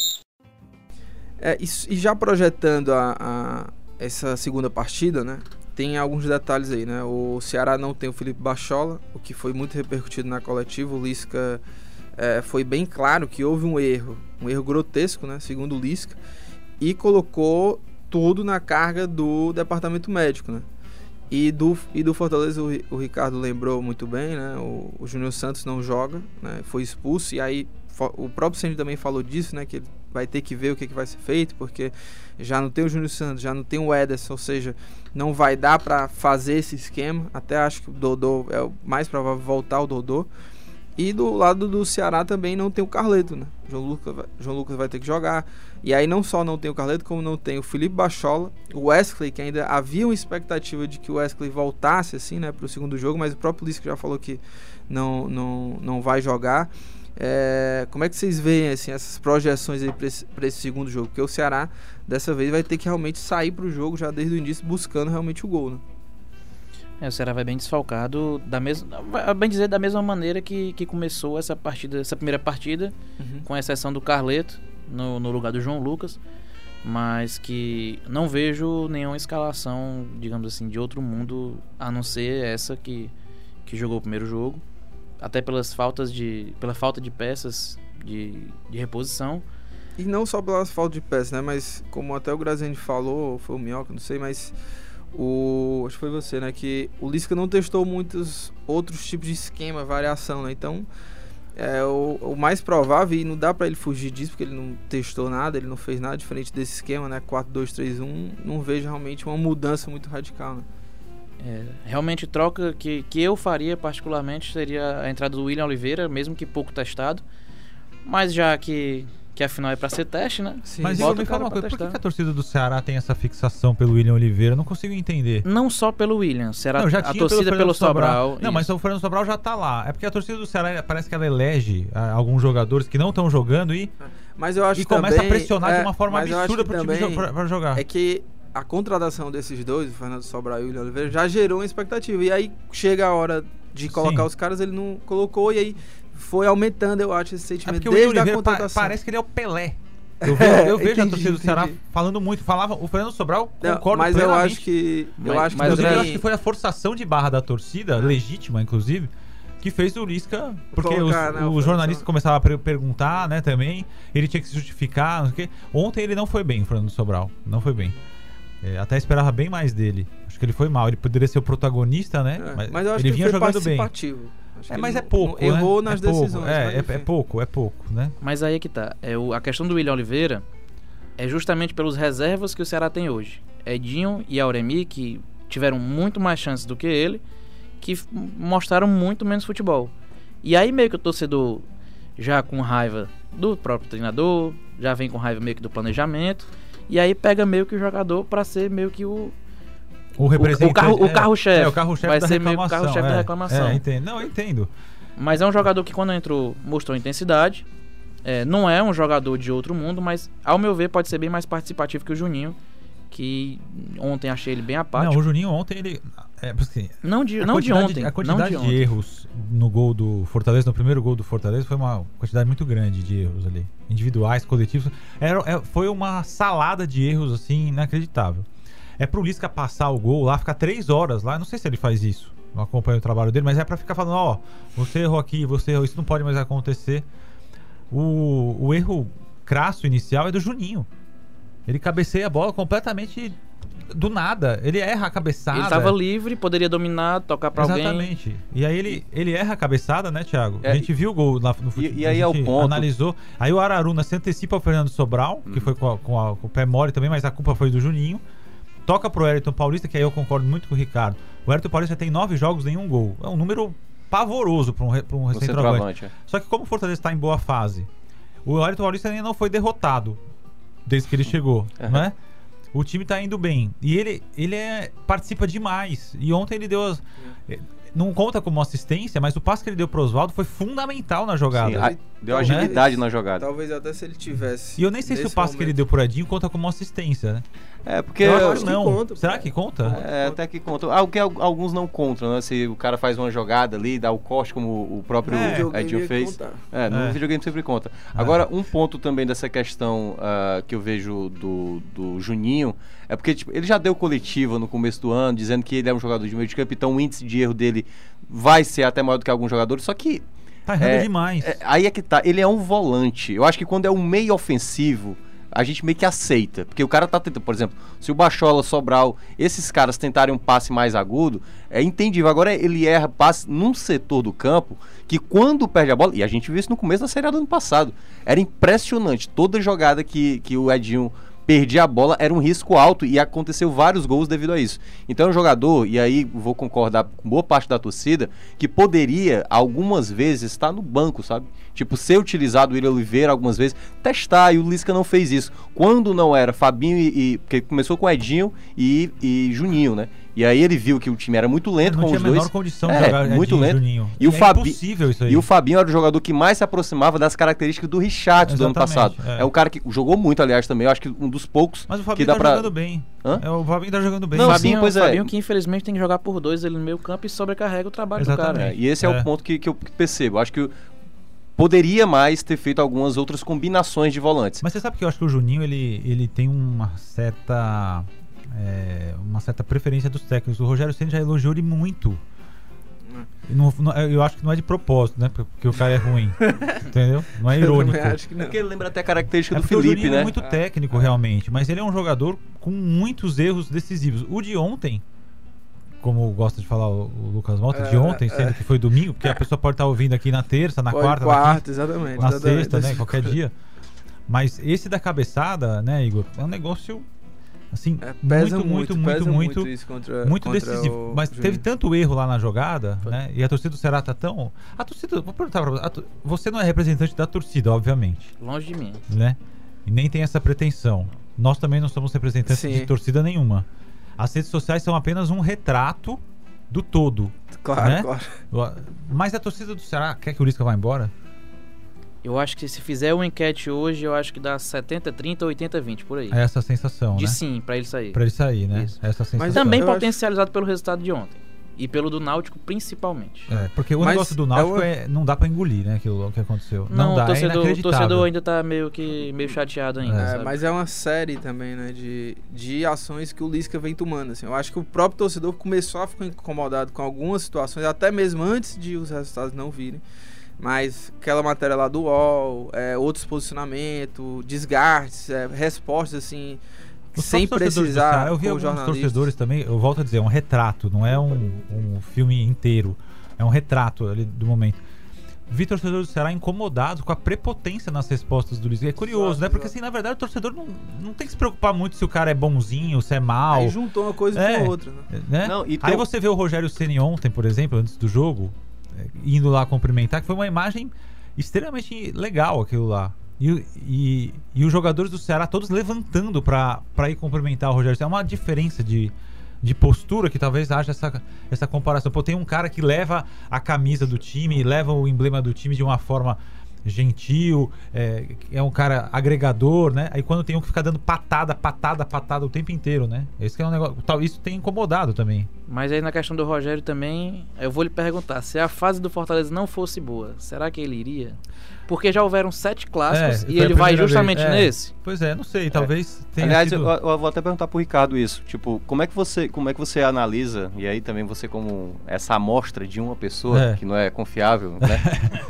E já projetando essa segunda partida, né? tem alguns detalhes aí, né? O Ceará não tem o Felipe Bachola, o que foi muito repercutido na coletiva. O Lisca foi bem claro que houve um erro grotesco, né? Segundo o Lisca, e colocou tudo na carga do departamento médico, né? E do Fortaleza, o Ricardo lembrou muito bem, né? O Júnior Santos não joga, né? Foi expulso, e aí o próprio Ceni também falou disso, né? Que ele vai ter que ver o que vai ser feito, porque já não tem o Júnior Santos, já não tem o Ederson, ou seja, não vai dar para fazer esse esquema. Até acho que o Dodô é o mais provável voltar, o Dodô. E do lado do Ceará também não tem o Carleto, né? João Lucas vai ter que jogar. E aí não só não tem o Carleto, como não tem o Felipe Bachola, o Wesley, que ainda havia uma expectativa de que o Wesley voltasse assim, né, para o segundo jogo, mas o próprio Lisca já falou que não vai jogar. Como é que vocês veem assim, essas projeções aí para esse segundo jogo? Porque o Ceará dessa vez vai ter que realmente sair para o jogo já desde o início, buscando realmente o gol, né? O Ceará vai bem desfalcado, da mesma maneira que começou essa primeira partida, com exceção do Carleto no lugar do João Lucas, mas que não vejo nenhuma escalação, digamos assim, de outro mundo, a não ser essa que jogou o primeiro jogo, até pela falta de peças de reposição. E não só pela falta de peças, né? Mas como até o Graziani falou, foi o Minhoca, não sei, mas acho que foi você, né? Que o Lisca não testou muitos outros tipos de esquema, variação, né? Então, o mais provável, e não dá pra ele fugir disso, porque ele não testou nada, ele não fez nada diferente desse esquema, né? 4-2-3-1, não vejo realmente uma mudança muito radical, né? Realmente troca que eu faria particularmente seria a entrada do William Oliveira, mesmo que pouco testado, mas já que afinal é pra ser teste, né? Sim. Mas me fala uma coisa, por que a torcida do Ceará tem essa fixação pelo William Oliveira? Eu não consigo entender. Não só pelo William, a torcida pelo Sobral. Não, mas o Fernando Sobral já tá lá. É porque a torcida do Ceará parece que ela elege alguns jogadores que não estão jogando mas eu acho e começa também, a pressionar de uma forma absurda pro time pra jogar. É que a contratação desses dois, o Fernando Sobral e o William Oliveira, já gerou uma expectativa. E aí chega a hora de colocar os caras, ele não colocou, e aí foi aumentando, eu acho, esse sentimento desde a contratação. Parece que ele é o Pelé. Eu vejo a torcida do Ceará falando muito. O Fernando Sobral, concordo mas plenamente. eu acho que foi a forçação de barra da torcida, legítima inclusive, que fez o Lisca, porque os jornalistas começavam a perguntar, né, também. Ele tinha que se justificar, não sei o quê. Ontem ele não foi bem, o Fernando Sobral. Não foi bem. Até esperava bem mais dele. Acho que ele foi mal. Ele poderia ser o protagonista, né? Mas eu acho ele que vinha foi jogando bem. Mas é pouco, errou nas decisões. É pouco, né? Mas aí é que tá. A questão do William Oliveira é justamente pelos reservas que o Ceará tem hoje. Edinho e Auremi, que tiveram muito mais chances do que ele, que mostraram muito menos futebol. E aí meio que o torcedor, já com raiva do próprio treinador, já vem com raiva meio que do planejamento, e aí pega meio que o jogador pra ser meio que o representante, o carro-chefe. O carro-chefe vai da ser reclamação. Meio que o carro-chefe da reclamação. Eu entendo. Mas é um jogador que quando entrou mostrou intensidade. Não é um jogador de outro mundo, mas ao meu ver pode ser bem mais participativo que o Juninho, que ontem achei ele bem apático. Não, o Juninho ontem ele... Assim, não de ontem. A quantidade de erros no gol do Fortaleza, no primeiro gol do Fortaleza, foi uma quantidade muito grande de erros ali. Individuais, coletivos. Foi uma salada de erros, assim, inacreditável. Pro Lisca passar o gol lá, ficar 3 horas lá. Eu não sei se ele faz isso, não acompanho o trabalho dele, mas é pra ficar falando, você errou aqui, você errou, isso não pode mais acontecer. O erro crasso inicial é do Juninho. Ele cabeceia a bola completamente do nada. Ele erra a cabeçada. Ele estava livre, poderia dominar, tocar pra alguém. Exatamente. E aí ele erra a cabeçada, né, Thiago? A gente viu o gol lá no futebol. E aí é o ponto. Analisou. Aí o Araruna se antecipa ao Fernando Sobral, que foi com o pé mole também, mas a culpa foi do Juninho. Toca pro Wellington Paulista, que aí eu concordo muito com o Ricardo. O Wellington Paulista tem 9 jogos, nenhum gol. É um número pavoroso para um centroavante. Só que como o Fortaleza está em boa fase, o Wellington Paulista ainda não foi derrotado desde que ele chegou, né? O time tá indo bem. E ele participa demais. E ontem ele deu não conta como assistência, mas o passe que ele deu pro Oswaldo foi fundamental na jogada. Sim, deu agilidade na jogada. Talvez até se ele tivesse. E eu nem sei se o passe que ele deu pro Edinho conta como assistência, né? Porque eu acho que não. conta. Será que conta? Até que conta. O que alguns não contam, né? Se o cara faz uma jogada ali, dá o corte, como o próprio Edinho fez. No videogame sempre conta. Agora, um ponto também dessa questão que eu vejo do Juninho é porque tipo, ele já deu coletiva no começo do ano, dizendo que ele é um jogador de meio de campo, então o índice de erro dele vai ser até maior do que alguns jogadores, só que tá errando demais. Aí é que tá, ele é um volante. Eu acho que quando é um meio ofensivo, a gente meio que aceita, porque o cara tá tentando, por exemplo, se o Bachola, Sobral, esses caras tentarem um passe mais agudo, é entendível. Agora ele erra passe num setor do campo que quando perde a bola, e a gente viu isso no começo da Série A do ano passado, era impressionante, toda jogada que o Edinho perdia a bola era um risco alto e aconteceu vários gols devido a isso. Então é um jogador, e aí vou concordar com boa parte da torcida, que poderia algumas vezes estar no banco, sabe? Tipo, ser utilizado o William Oliveira algumas vezes, testar, e o Lisca não fez isso. Quando não era Fabinho porque começou com Edinho e Juninho, né? E aí ele viu que o time era muito lento com os dois. Não tinha a menor condição de jogar muito Edinho lento. Juninho. E o impossível isso aí. E o Fabinho era o jogador que mais se aproximava das características do Richard do ano passado. É um cara que jogou muito, aliás, também. Eu acho que um dos poucos. Mas o Fabinho que dá tá jogando bem. O Fabinho tá jogando bem. Não, Fabinho, sim, Fabinho que infelizmente tem que jogar por dois ali no meio campo e sobrecarrega o trabalho do cara. E esse é o ponto que eu percebo. Eu acho que poderia mais ter feito algumas outras combinações de volantes. Mas você sabe que eu acho que o Juninho ele tem uma certa preferência dos técnicos. O Rogério Ceni já elogiou ele muito. Eu acho que não é de propósito, né? Porque o cara é ruim. Entendeu? Não é irônico. Acho que não. É porque ele lembra até a característica do Felipe, Felipe, né? Ele é muito técnico, realmente. Mas ele é um jogador com muitos erros decisivos. O de ontem, como gosta de falar o Lucas Mota, de ontem, sendo que foi domingo, porque a pessoa pode estar ouvindo aqui na terça, na quarta, exatamente, na sexta, né? Qualquer dia. Mas esse da cabeçada, né, Igor? É um negócio assim, muito decisivo. Mas teve tanto erro lá na jogada, né? E a torcida do Ceará tá tão... A torcida, vou perguntar pra você, você não é representante da torcida, obviamente. Longe de mim. Né? E nem tem essa pretensão. Nós também não somos representantes de torcida nenhuma. As redes sociais são apenas um retrato do todo. Claro, né? Claro. Mas a torcida do Ceará quer que o Lisca vá embora? Eu acho que se fizer uma enquete hoje, eu acho que dá 70-30 ou 80-20, por aí. É essa a sensação, de né? sim, pra ele sair. Pra ele sair, né? Isso. Essa sensação. Mas também potencializado pelo resultado de ontem. E pelo do Náutico, principalmente. Porque o negócio do Náutico não dá pra engolir, né? O que aconteceu. Não dá, o torcedor ainda tá meio chateado ainda. Mas é uma série também, né? De ações que o Lisca vem tomando. Assim. Eu acho que o próprio torcedor começou a ficar incomodado com algumas situações, até mesmo antes de os resultados não virem. Mas aquela matéria lá do UOL, outros posicionamentos, desgastes, respostas assim... Sem precisar. Eu vi alguns torcedores também, eu volto a dizer, é um retrato, não é um filme inteiro, é um retrato ali do momento. Vi torcedores do Ceará incomodados com a prepotência nas respostas do Lisca. É curioso, né? Porque assim, na verdade, o torcedor não tem que se preocupar muito se o cara é bonzinho, se é mau. Aí juntou uma coisa com a outra, né? Aí você vê o Rogério Ceni ontem, por exemplo, antes do jogo, indo lá cumprimentar, que foi uma imagem extremamente legal aquilo lá. E os jogadores do Ceará todos levantando pra ir cumprimentar o Rogério Ceni. É uma diferença de postura que talvez haja essa comparação. Pô, tem um cara que leva a camisa do time, leva o emblema do time de uma forma gentil, é um cara agregador, né? Aí quando tem um que fica dando patada o tempo inteiro, né? Esse que é um negócio, isso tem incomodado também. Mas aí na questão do Rogério também, eu vou lhe perguntar, se a fase do Fortaleza não fosse boa, será que ele iria? Porque já houveram 7 clássicos e ele vai justamente nesse. Pois não sei, talvez tenha Aliás, sido... eu vou até perguntar pro Ricardo isso. Tipo, como é que você analisa, e aí também você como essa amostra de uma pessoa que não é confiável, né?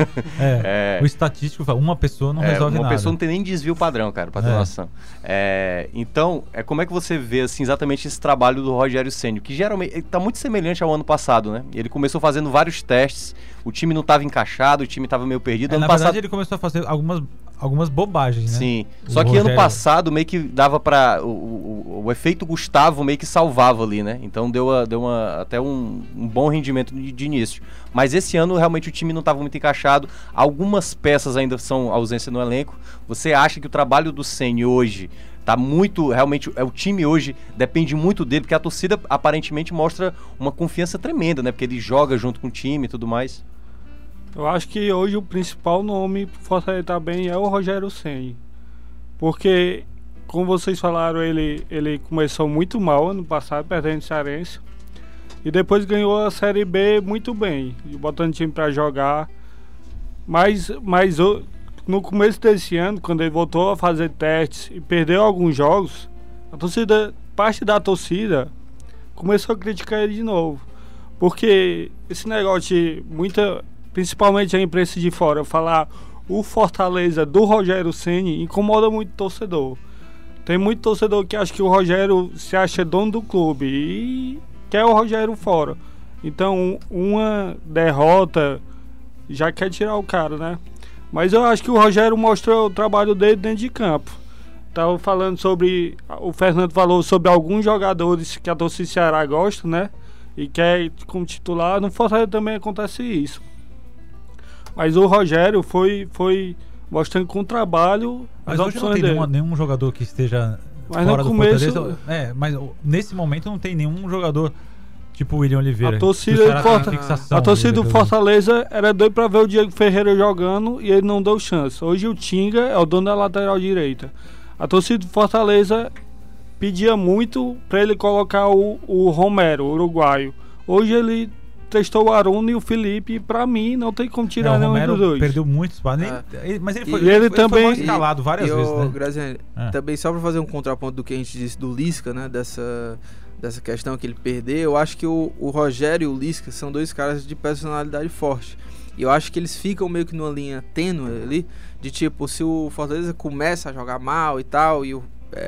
O estatístico fala, uma pessoa não resolve nada. Uma pessoa não tem nem desvio padrão, cara, pra ter noção. Então, como é que você vê assim, exatamente esse trabalho do Rogério Ceni, que geralmente tá muito semelhante ao ano passado, né? Ele começou fazendo vários testes, o time não estava encaixado, o time estava meio perdido. Na verdade, ele começou a fazer algumas bobagens, né? Sim. Só que ano passado meio que dava pra... O efeito Gustavo meio que salvava ali, né? Então deu até um bom rendimento de início. Mas esse ano realmente o time não estava muito encaixado. Algumas peças ainda são ausência no elenco. Você acha que o trabalho do Ceni hoje tá muito... Realmente, o time hoje depende muito dele, porque a torcida aparentemente mostra uma confiança tremenda, né? Porque ele joga junto com o time e tudo mais. Eu acho que hoje o principal nome para Fortaleza estar bem é o Rogério Ceni. Porque como vocês falaram, ele começou muito mal ano passado, perdendo o Cearense. E depois ganhou a Série B muito bem, botando time para jogar. Mas no começo desse ano, quando ele voltou a fazer testes e perdeu alguns jogos, parte da torcida começou a criticar ele de novo. Porque esse negócio de principalmente a imprensa de fora, falar o Fortaleza do Rogério Ceni incomoda muito o torcedor. Tem muito torcedor que acha que o Rogério se acha dono do clube e quer o Rogério fora. Então, uma derrota já quer tirar o cara, né? Mas eu acho que o Rogério mostrou o trabalho dele dentro de campo. Tava falando o Fernando falou sobre alguns jogadores que a torcida do Ceará gosta, né? E quer como titular. No Fortaleza também acontece isso. Mas o Rogério foi mostrando com o trabalho as opções hoje não tem dele. nenhum jogador que esteja mas fora no do começo, Fortaleza. Mas nesse momento não tem nenhum jogador tipo o William Oliveira. A torcida do Fortaleza era doido pra ver o Diego Ferreira jogando e ele não deu chance. Hoje o Tinga é o dono da lateral direita. A torcida do Fortaleza pedia muito pra ele colocar o Romero, o uruguaio. Hoje ele testou o Aruna e o Felipe e pra mim não tem como tirar nenhum dos dois. Perdeu muito espaço, mas ele também foi mal escalado várias vezes, né? Graziani, também só pra fazer um contraponto do que a gente disse do Lisca, né, dessa questão que ele perdeu, eu acho que o Rogério e o Lisca são dois caras de personalidade forte. E eu acho que eles ficam meio que numa linha tênue ali, de tipo, se o Fortaleza começa a jogar mal e tal, e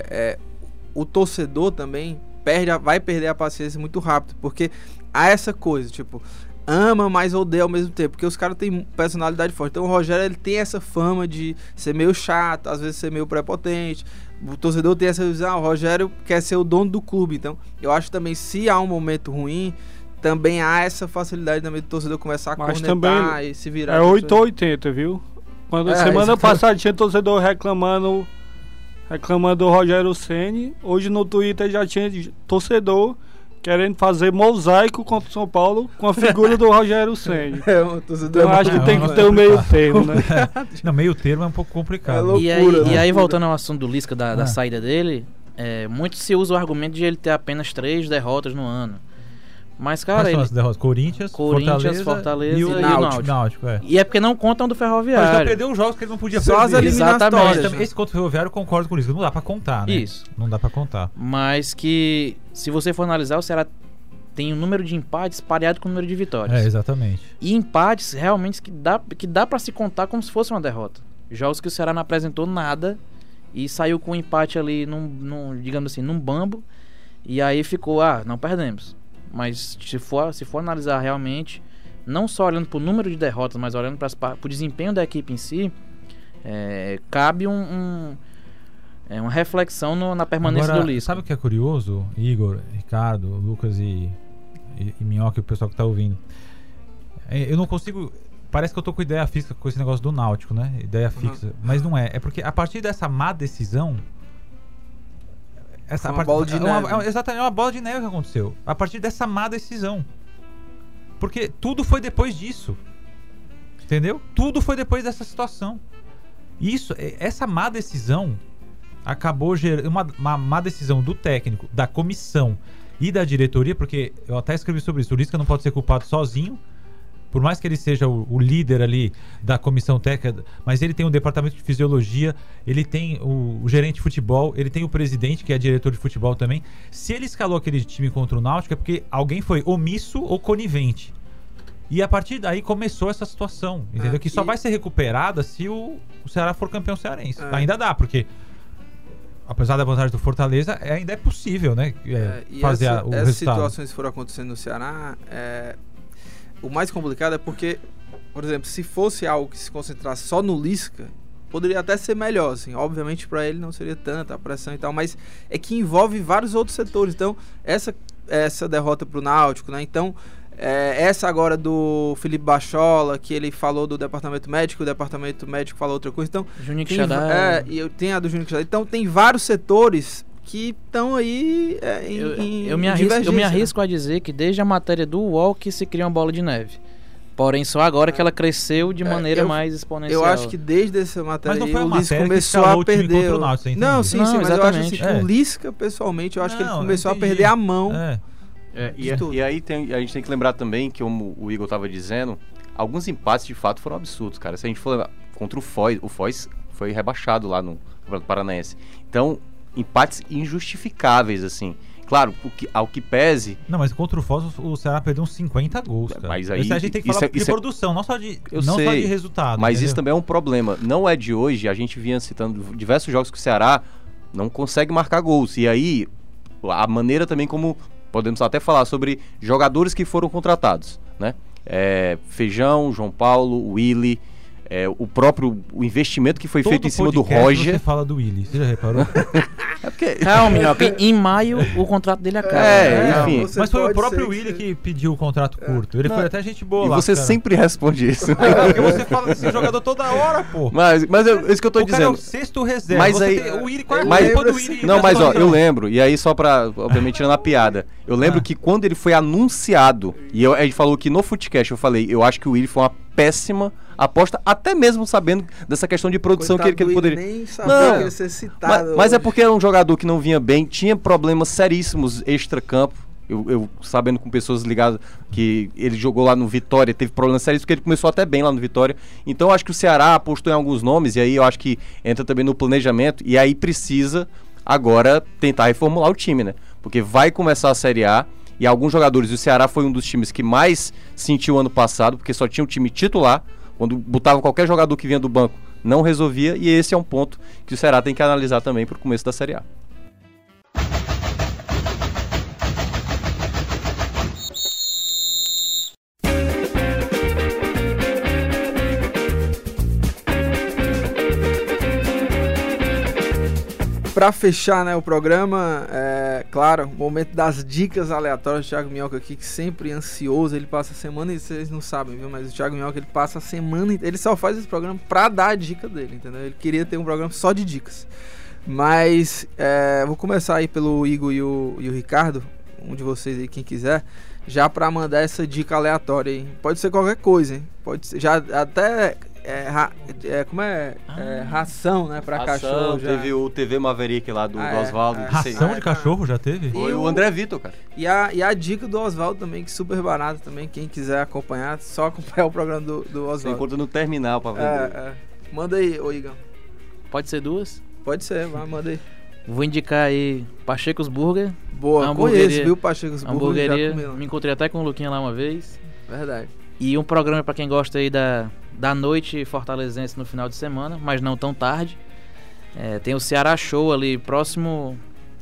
o torcedor também vai perder a paciência muito rápido, porque há essa coisa, tipo, ama, mas odeia ao mesmo tempo, porque os caras têm personalidade forte. Então o Rogério, ele tem essa fama de ser meio chato, às vezes ser meio prepotente. O torcedor tem essa visão, o Rogério quer ser o dono do clube. Então eu acho também, se há um momento ruim, também há essa facilidade também do torcedor começar a cornetar e se virar. É 8 ou 80, viu? Semana passada tinha torcedor reclamando do Rogério Ceni. Hoje no Twitter já tinha torcedor querendo fazer mosaico contra o São Paulo com a figura do Rogério Ceni. Eu acho que tem que ter um meio termo, né? Não, meio termo é um pouco complicado. E aí, voltando ao assunto do Lisca, da saída dele, muito se usa o argumento de ele ter apenas 3 derrotas no ano. Mas, cara, quais são as derrotas? Corinthians, Fortaleza e o Náutico. E é porque não contam do Ferroviário. Mas já perdeu os jogos que ele não podia perder. Só as eliminatórias. Exatamente. Esse contra o Ferroviário eu concordo com isso. Não dá pra contar, né? Isso. Não dá pra contar. Mas que, se você for analisar, o Ceará tem um número de empates pareado com o número de vitórias. Exatamente. E empates realmente que dá pra se contar como se fosse uma derrota. Jogos que o Ceará não apresentou nada e saiu com um empate ali digamos assim, num bambo. E aí ficou, não perdemos. Mas se for analisar realmente, não só olhando para o número de derrotas, mas olhando para o desempenho da equipe em si, cabe uma reflexão na permanência do Lisca. Sabe o que é curioso, Igor, Ricardo, Lucas e Minhoca e o pessoal que está ouvindo? Eu não consigo... Parece que eu tô com ideia fixa com esse negócio do Náutico, né? Ideia fixa. Mas não é. É porque a partir dessa má decisão... bola de neve. Exatamente, é uma bola de neve que aconteceu. A partir dessa má decisão. Porque tudo foi depois disso. Entendeu? Tudo foi depois dessa situação. Essa má decisão acabou gerando uma má decisão do técnico, da comissão e da diretoria, porque eu até escrevi sobre isso. O Lisca não pode ser culpado sozinho. Por mais que ele seja o líder ali da comissão técnica, mas ele tem um departamento de fisiologia, ele tem o gerente de futebol, ele tem o presidente, que é diretor de futebol também. Se ele escalou aquele time contra o Náutico, é porque alguém foi omisso ou conivente. E a partir daí começou essa situação, entendeu? Que só vai ser recuperada se o Ceará for campeão cearense. Ainda dá, porque apesar da vantagem do Fortaleza, ainda é possível, né? Fazer o resultado. Essas situações que foram acontecendo no Ceará... O mais complicado é porque, por exemplo, se fosse algo que se concentrasse só no Lisca, poderia até ser melhor, assim. Obviamente para ele não seria tanta a pressão e tal, mas é que envolve vários outros setores. Então, essa derrota pro Náutico, né? Então, essa agora do Felipe Bachola, que ele falou do departamento médico, o departamento médico falou outra coisa. Então, Juninho Quixadá. E tem a do Juninho Quixadá. Então, tem vários setores que estão aí eu me arrisco a dizer que desde a matéria do UOL que se cria uma bola de neve. Porém, só agora que ela cresceu de maneira mais exponencial. Eu acho que desde essa matéria Mas não foi o Lisca começou a perder. Não, sim, mas eu acho assim, o Lisca, pessoalmente, eu acho que ele começou a perder a mão. E aí a gente tem que lembrar também que, como o Igor estava dizendo, alguns empates de fato foram absurdos, cara. Se a gente for lembrar, contra o Foz foi rebaixado lá no Campeonato Paranaense. Então, empates injustificáveis, assim. Claro, ao que pese... Não, mas contra o Foz o Ceará perdeu uns 50 gols, cara. Mas aí, a gente tem que falar de produção, não só de resultado. Mas entendeu? Isso também é um problema. Não é de hoje, a gente vinha citando diversos jogos que o Ceará não consegue marcar gols. E aí, a maneira também como... Podemos até falar sobre jogadores que foram contratados, né? Feijão, João Paulo, Willy... o investimento que foi feito em cima do Roger. Você fala do Willy, você já reparou? Calma, Minhoca, em maio o contrato dele acaba. Enfim. Mas foi o próprio Willy que pediu o contrato curto. Ele foi até gente boa e lá. E você sempre responde isso. Porque você fala desse jogador toda hora, pô. Mas isso que eu tô dizendo. O cara é o sexto reserva. Mas aí, o Willy, qual é a culpa do Willy? Não, mas ó, eu lembro, e aí só pra, obviamente, tirando a piada, eu lembro que quando ele foi anunciado, e a gente falou que no Footcast, eu falei, eu acho que o Willy foi uma péssima aposta, até mesmo sabendo dessa questão de produção que ele poderia... Nem sabia que ele ia ser citado. Mas é porque era um jogador que não vinha bem, tinha problemas seríssimos extra-campo. Eu sabendo com pessoas ligadas que ele jogou lá no Vitória, teve problemas sérios, porque ele começou até bem lá no Vitória. Então eu acho que o Ceará apostou em alguns nomes, e aí eu acho que entra também no planejamento, e aí precisa agora tentar reformular o time, né? Porque vai começar a Série A, e alguns jogadores, o Ceará foi um dos times que mais sentiu ano passado, porque só tinha um time titular, quando botava qualquer jogador que vinha do banco, não resolvia, e esse é um ponto que o Ceará tem que analisar também para o começo da Série A. Pra fechar, né, o programa, claro, o momento das dicas aleatórias. O Thiago Minhoca aqui, que sempre ansioso, ele passa a semana, e vocês não sabem, viu, mas o Thiago Minhoca, ele passa a semana, ele só faz esse programa pra dar a dica dele, entendeu? Ele queria ter um programa só de dicas. Mas, vou começar aí pelo Igor e o Ricardo, um de vocês aí, quem quiser, já pra mandar essa dica aleatória aí. Pode ser qualquer coisa, hein? Pode ser, já até... ração, né, pra cachorro. Teve o TV Maverick lá do Oswaldo. Ração de cachorro já teve? Foi o André Vitor, cara. E a dica do Oswaldo também, que super barato também. Quem quiser acompanhar, só acompanhar o programa do Oswaldo. Você encontra no terminal pra vender. Manda aí, ô Igor. Pode ser duas? Pode ser, manda aí. Vou indicar aí Pacheco's Burger. Boa, conheço, viu, Pacheco's Burger. Hamburgueria, me encontrei até com o Luquinha lá uma vez. Verdade. E um programa pra quem gosta aí da noite fortalezense no final de semana, mas não tão tarde. Tem o Ceará Show ali próximo,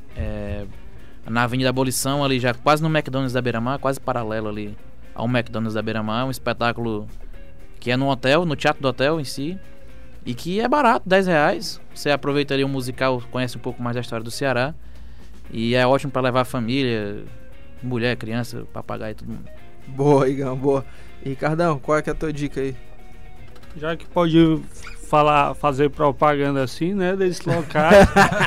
na Avenida Abolição, ali já quase no McDonald's da Beira-Mar, quase paralelo ali ao McDonald's da Beira-Mar. Um espetáculo que é no hotel, no teatro do hotel em si, e que é barato, R$10. Você aproveitaria o musical, conhece um pouco mais da história do Ceará, e é ótimo pra levar a família, mulher, criança, papagaio, todo mundo. Boa, Igão, boa. E Ricardão, qual é que é a tua dica aí? Já que pode fazer propaganda assim, né, desses locais,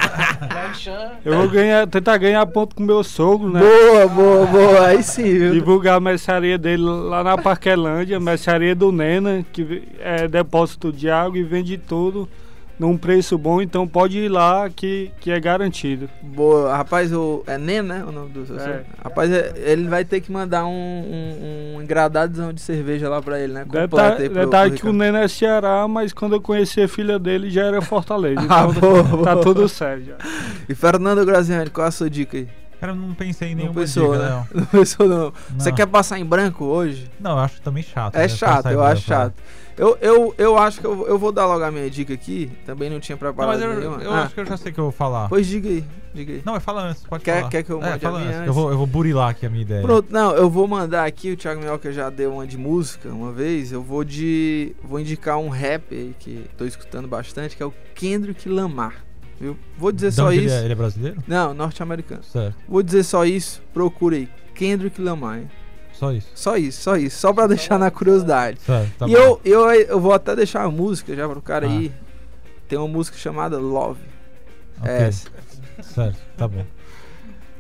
eu vou tentar ganhar ponto com meu sogro, né? Boa, aí sim, viu? Divulgar a mercearia dele lá na Parquelândia, mercearia do Nena, que é depósito de água e vende tudo num preço bom, então pode ir lá que é garantido. Boa, rapaz, é Nena, né, o nome do seu sogro? Rapaz, ele vai ter que mandar um engradadozão de cerveja lá pra ele, né? Detalhe que o Nena é Ceará, mas quando eu conheci a filha dele já era Fortaleza, então tá tudo certo já. E Fernando Graziani, qual é a sua dica aí? Cara, eu não pensei em nenhuma dica, né? Não pensou, não. Você quer passar em branco hoje? Não, eu acho também chato. É chato, eu acho chato. Eu acho que eu vou dar logo a minha dica aqui. Também não tinha preparado nenhuma. Eu acho que eu já sei o que eu vou falar. Pois diga aí. Não, fala antes, pode falar. Quer que eu mande fala a minha antes? Eu vou burilar aqui a minha ideia. Pronto, não, eu vou mandar aqui, o Thiago Minhoca já deu uma de música uma vez. Eu vou indicar um rap aí que tô escutando bastante, que é o Kendrick Lamar. Viu? Vou dizer só isso. Ele é brasileiro? Não, norte-americano. Certo. Vou dizer só isso, procura aí. Kendrick Lamar, hein? Só isso? Só pra deixar na curiosidade. Certo, tá e bom. eu vou até deixar a música já pro cara aí. Tem uma música chamada Love. Okay. Certo, tá bom.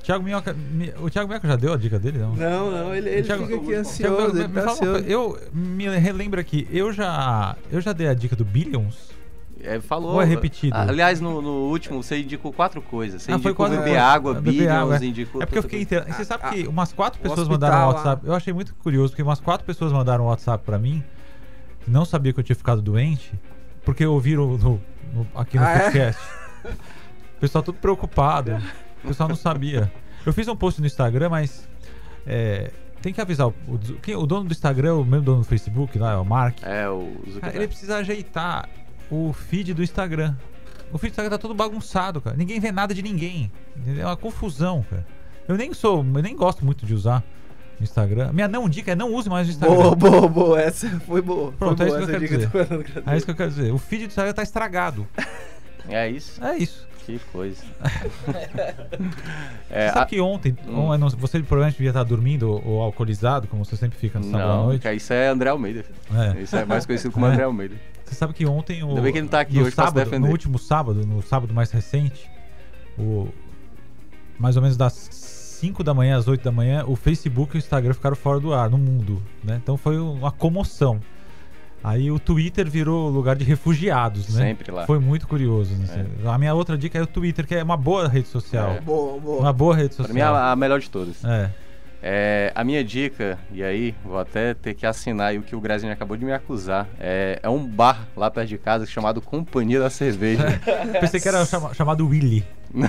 Thiago Minhoca, o Thiago Minhoca já deu a dica dele, não? Não, ele Thiago, fica aqui ansioso. Thiago, me relembra aqui, eu já dei a dica do Billions? Falou. Ou é repetido? Aliás, no último você indicou 4 coisas. Você indicou foi beber água, Billions, indicou... É porque eu fiquei inteiro. Você sabe que umas 4 pessoas hospital, mandaram um WhatsApp. Eu achei muito curioso, porque umas 4 pessoas mandaram um WhatsApp pra mim, não sabia que eu tinha ficado doente, porque ouviram aqui no podcast. O pessoal tudo preocupado. O pessoal não sabia. Eu fiz um post no Instagram, mas tem que avisar o dono do Instagram, o mesmo dono do Facebook lá, é o Mark. O Zuckerberg. Ele precisa ajeitar o feed do Instagram. O feed do Instagram tá todo bagunçado, cara. Ninguém vê nada de ninguém. Entendeu? É uma confusão, cara. Eu nem gosto muito de usar o Instagram. Minha dica é não use mais o Instagram. Boa. Essa foi boa. Pronto, é isso que eu quero dizer. É isso que eu quero dizer. O feed do Instagram tá estragado. É isso? É isso. Que coisa. Você sabe que ontem, você provavelmente devia estar dormindo ou alcoolizado, como você sempre fica no sábado à noite. Isso é André Almeida. Isso é mais conhecido como André Almeida. Você sabe que ontem, ainda bem que ele não tá aqui hoje sábado, pra se defender. No último sábado, no sábado mais recente, mais ou menos das 5 da manhã às 8 da manhã, o Facebook e o Instagram ficaram fora do ar no mundo, né? Então foi uma comoção. Aí o Twitter virou lugar de refugiados, né? Sempre lá. Foi muito curioso. Né? A minha outra dica é o Twitter, que é uma boa rede social. Boa. Uma boa rede social. Pra mim é a melhor de todas. A minha dica, e aí vou até ter que assinar aí o que o Grazinho acabou de me acusar, é um bar lá perto de casa chamado Companhia da Cerveja. Pensei que era chamado Willy.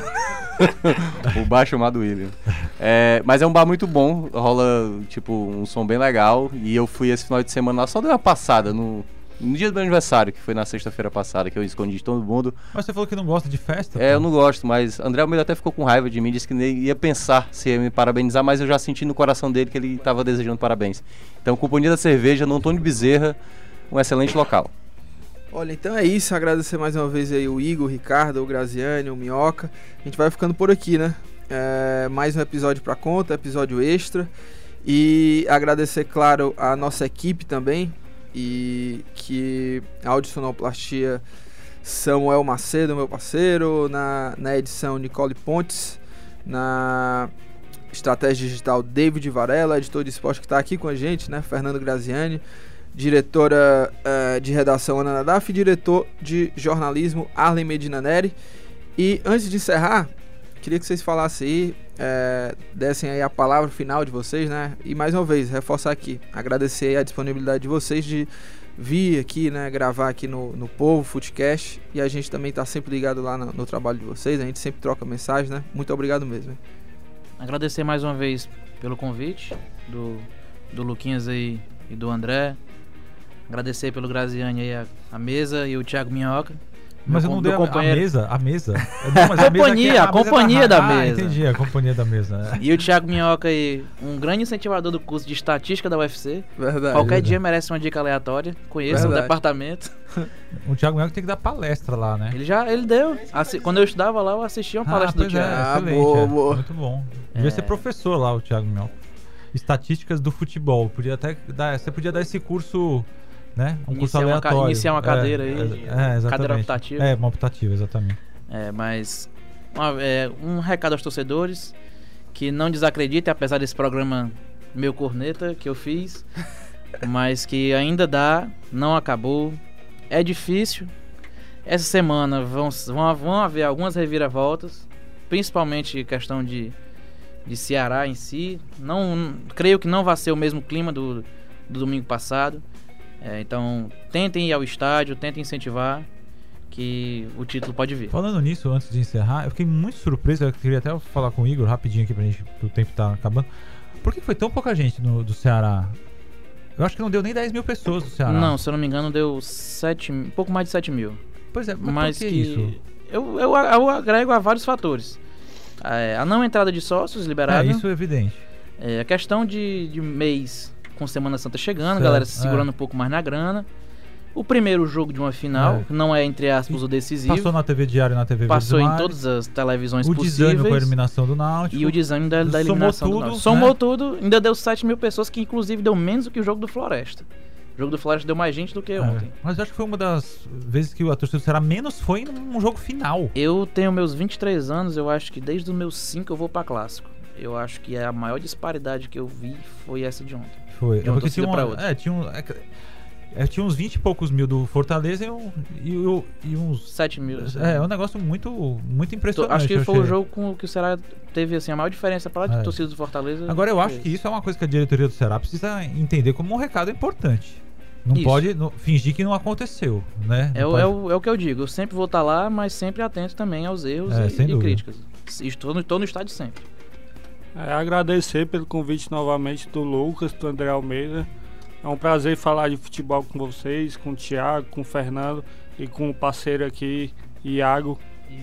O bar chamado Willy. Mas é um bar muito bom, rola tipo um som bem legal, e eu fui esse final de semana lá, só dei uma passada no dia do meu aniversário, que foi na sexta-feira passada, que eu escondi de todo mundo. Mas você falou que não gosta de festa? Eu não gosto, mas André Almeida até ficou com raiva de mim, disse que ia pensar se ia me parabenizar, mas eu já senti no coração dele que ele estava desejando parabéns. Então, Companhia da Cerveja, no Antônio Bezerra, um excelente local. Olha, então é isso, agradecer mais uma vez aí o Igor, o Ricardo, o Graziani, o Minhoca. A gente vai ficando por aqui, né? Mais um episódio pra conta, episódio extra. E agradecer, claro, a nossa equipe também, e que a audiosonoplastia Samuel Macedo, meu parceiro, na edição Nicole Pontes, na estratégia digital David Varela, editor de esporte que está aqui com a gente, né, Fernando Graziani, diretora de redação Ana Nadaf, diretor de jornalismo Arlen Medina Neri. E antes de encerrar, queria que vocês falassem aí, dessem aí a palavra final de vocês, né? E mais uma vez, reforçar aqui, agradecer a disponibilidade de vocês de vir aqui, né? Gravar aqui no Povo Footcast. E a gente também tá sempre ligado lá no trabalho de vocês, a gente sempre troca mensagem, né? Muito obrigado mesmo. Hein? Agradecer mais uma vez pelo convite do Luquinhas aí e do André. Agradecer pelo Graziani aí a mesa e o Thiago Minhoca. Mas eu não dei a mesa. A companhia da mesa. Entendi, a companhia da mesa. E o Thiago Minhoca aí, um grande incentivador do curso de estatística da UFC. Verdade. Qualquer dia merece uma dica aleatória. Conheça o departamento. O Thiago Minhoca tem que dar palestra lá, né? Ele deu. Quando eu estudava lá, eu assistia uma palestra do Thiago. Boa. Muito bom. Devia ser professor lá, o Thiago Minhoca. Estatísticas do futebol. Você podia dar esse curso, né? Curso aleatório. Iniciar uma cadeira aí. Exatamente. Cadeira optativa. Uma optativa, exatamente. Mas um recado aos torcedores, que não desacreditem, apesar desse programa meu corneta que eu fiz, mas que ainda não acabou. É difícil. Essa semana vão haver algumas reviravoltas, principalmente questão de Ceará em si. Creio que não vai ser o mesmo clima do domingo passado. Então, tentem ir ao estádio, tentem incentivar, que o título pode vir. Falando nisso, antes de encerrar, eu fiquei muito surpreso. Eu queria até falar com o Igor rapidinho aqui pro tempo tá acabando. Por que foi tão pouca gente do Ceará? Eu acho que não deu nem 10 mil pessoas do Ceará. Não, se eu não me engano, deu um pouco mais de 7 mil. Pois é, mas por que isso? Eu agrego a vários fatores. A não entrada de sócios liberada. Isso é evidente. A questão de mês com Semana Santa chegando, certo, galera se segurando um pouco mais na grana. O primeiro jogo de uma final, que não é, entre aspas, o decisivo. Passou na TV Diário e na TV Passou Verde em todas as televisões possíveis. O desânimo com a possíveis. eliminação do Náutico. E o desânimo da eliminação do Náutico. Somou tudo, ainda deu 7 mil pessoas, que inclusive deu menos do que o jogo do Floresta. O jogo do Floresta deu mais gente do que ontem. Mas eu acho que foi uma das vezes que a torcida do Ceará menos foi num jogo final. Eu tenho meus 23 anos, eu acho que desde os meus 5 eu vou pra Clássico. Eu acho que a maior disparidade que eu vi foi essa de ontem. Foi. De uma torcida pra outra. Tinha uns 20 e poucos mil do Fortaleza e uns 7 mil. É um negócio muito impressionante. Acho que foi o jogo com que o Ceará teve assim, a maior diferença para a torcida do Fortaleza. Agora eu acho que isso é uma coisa que a diretoria do Ceará precisa entender como um recado importante. Não pode fingir que não aconteceu, né? É o que eu digo. Eu sempre vou estar lá, mas sempre atento também aos erros e críticas. Estou no estádio sempre. Agradecer pelo convite novamente do Lucas, do André Almeida. É um prazer falar de futebol com vocês, com o Thiago, com o Fernando e com o parceiro aqui, Igor.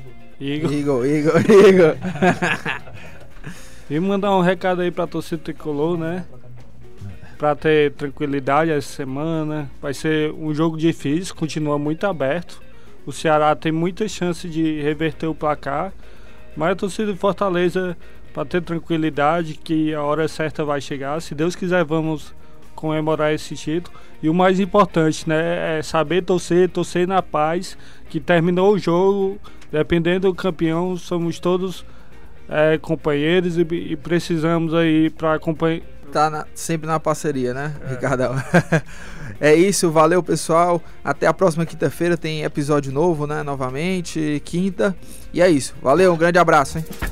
E mandar um recado aí pra torcida tricolor, né? Pra ter tranquilidade essa semana. Vai ser um jogo difícil, continua muito aberto. O Ceará tem muita chance de reverter o placar. Mas a torcida de Fortaleza, pra ter tranquilidade, que a hora certa vai chegar. Se Deus quiser, vamos comemorar esse título. E o mais importante, né, é saber torcer na paz, que terminou o jogo, dependendo do campeão, somos todos companheiros e precisamos aí para acompanhar. Tá sempre na parceria, né, Ricardão? É isso, valeu pessoal, até a próxima quinta-feira tem episódio novo, né, novamente, quinta, e é isso, valeu, um grande abraço, hein?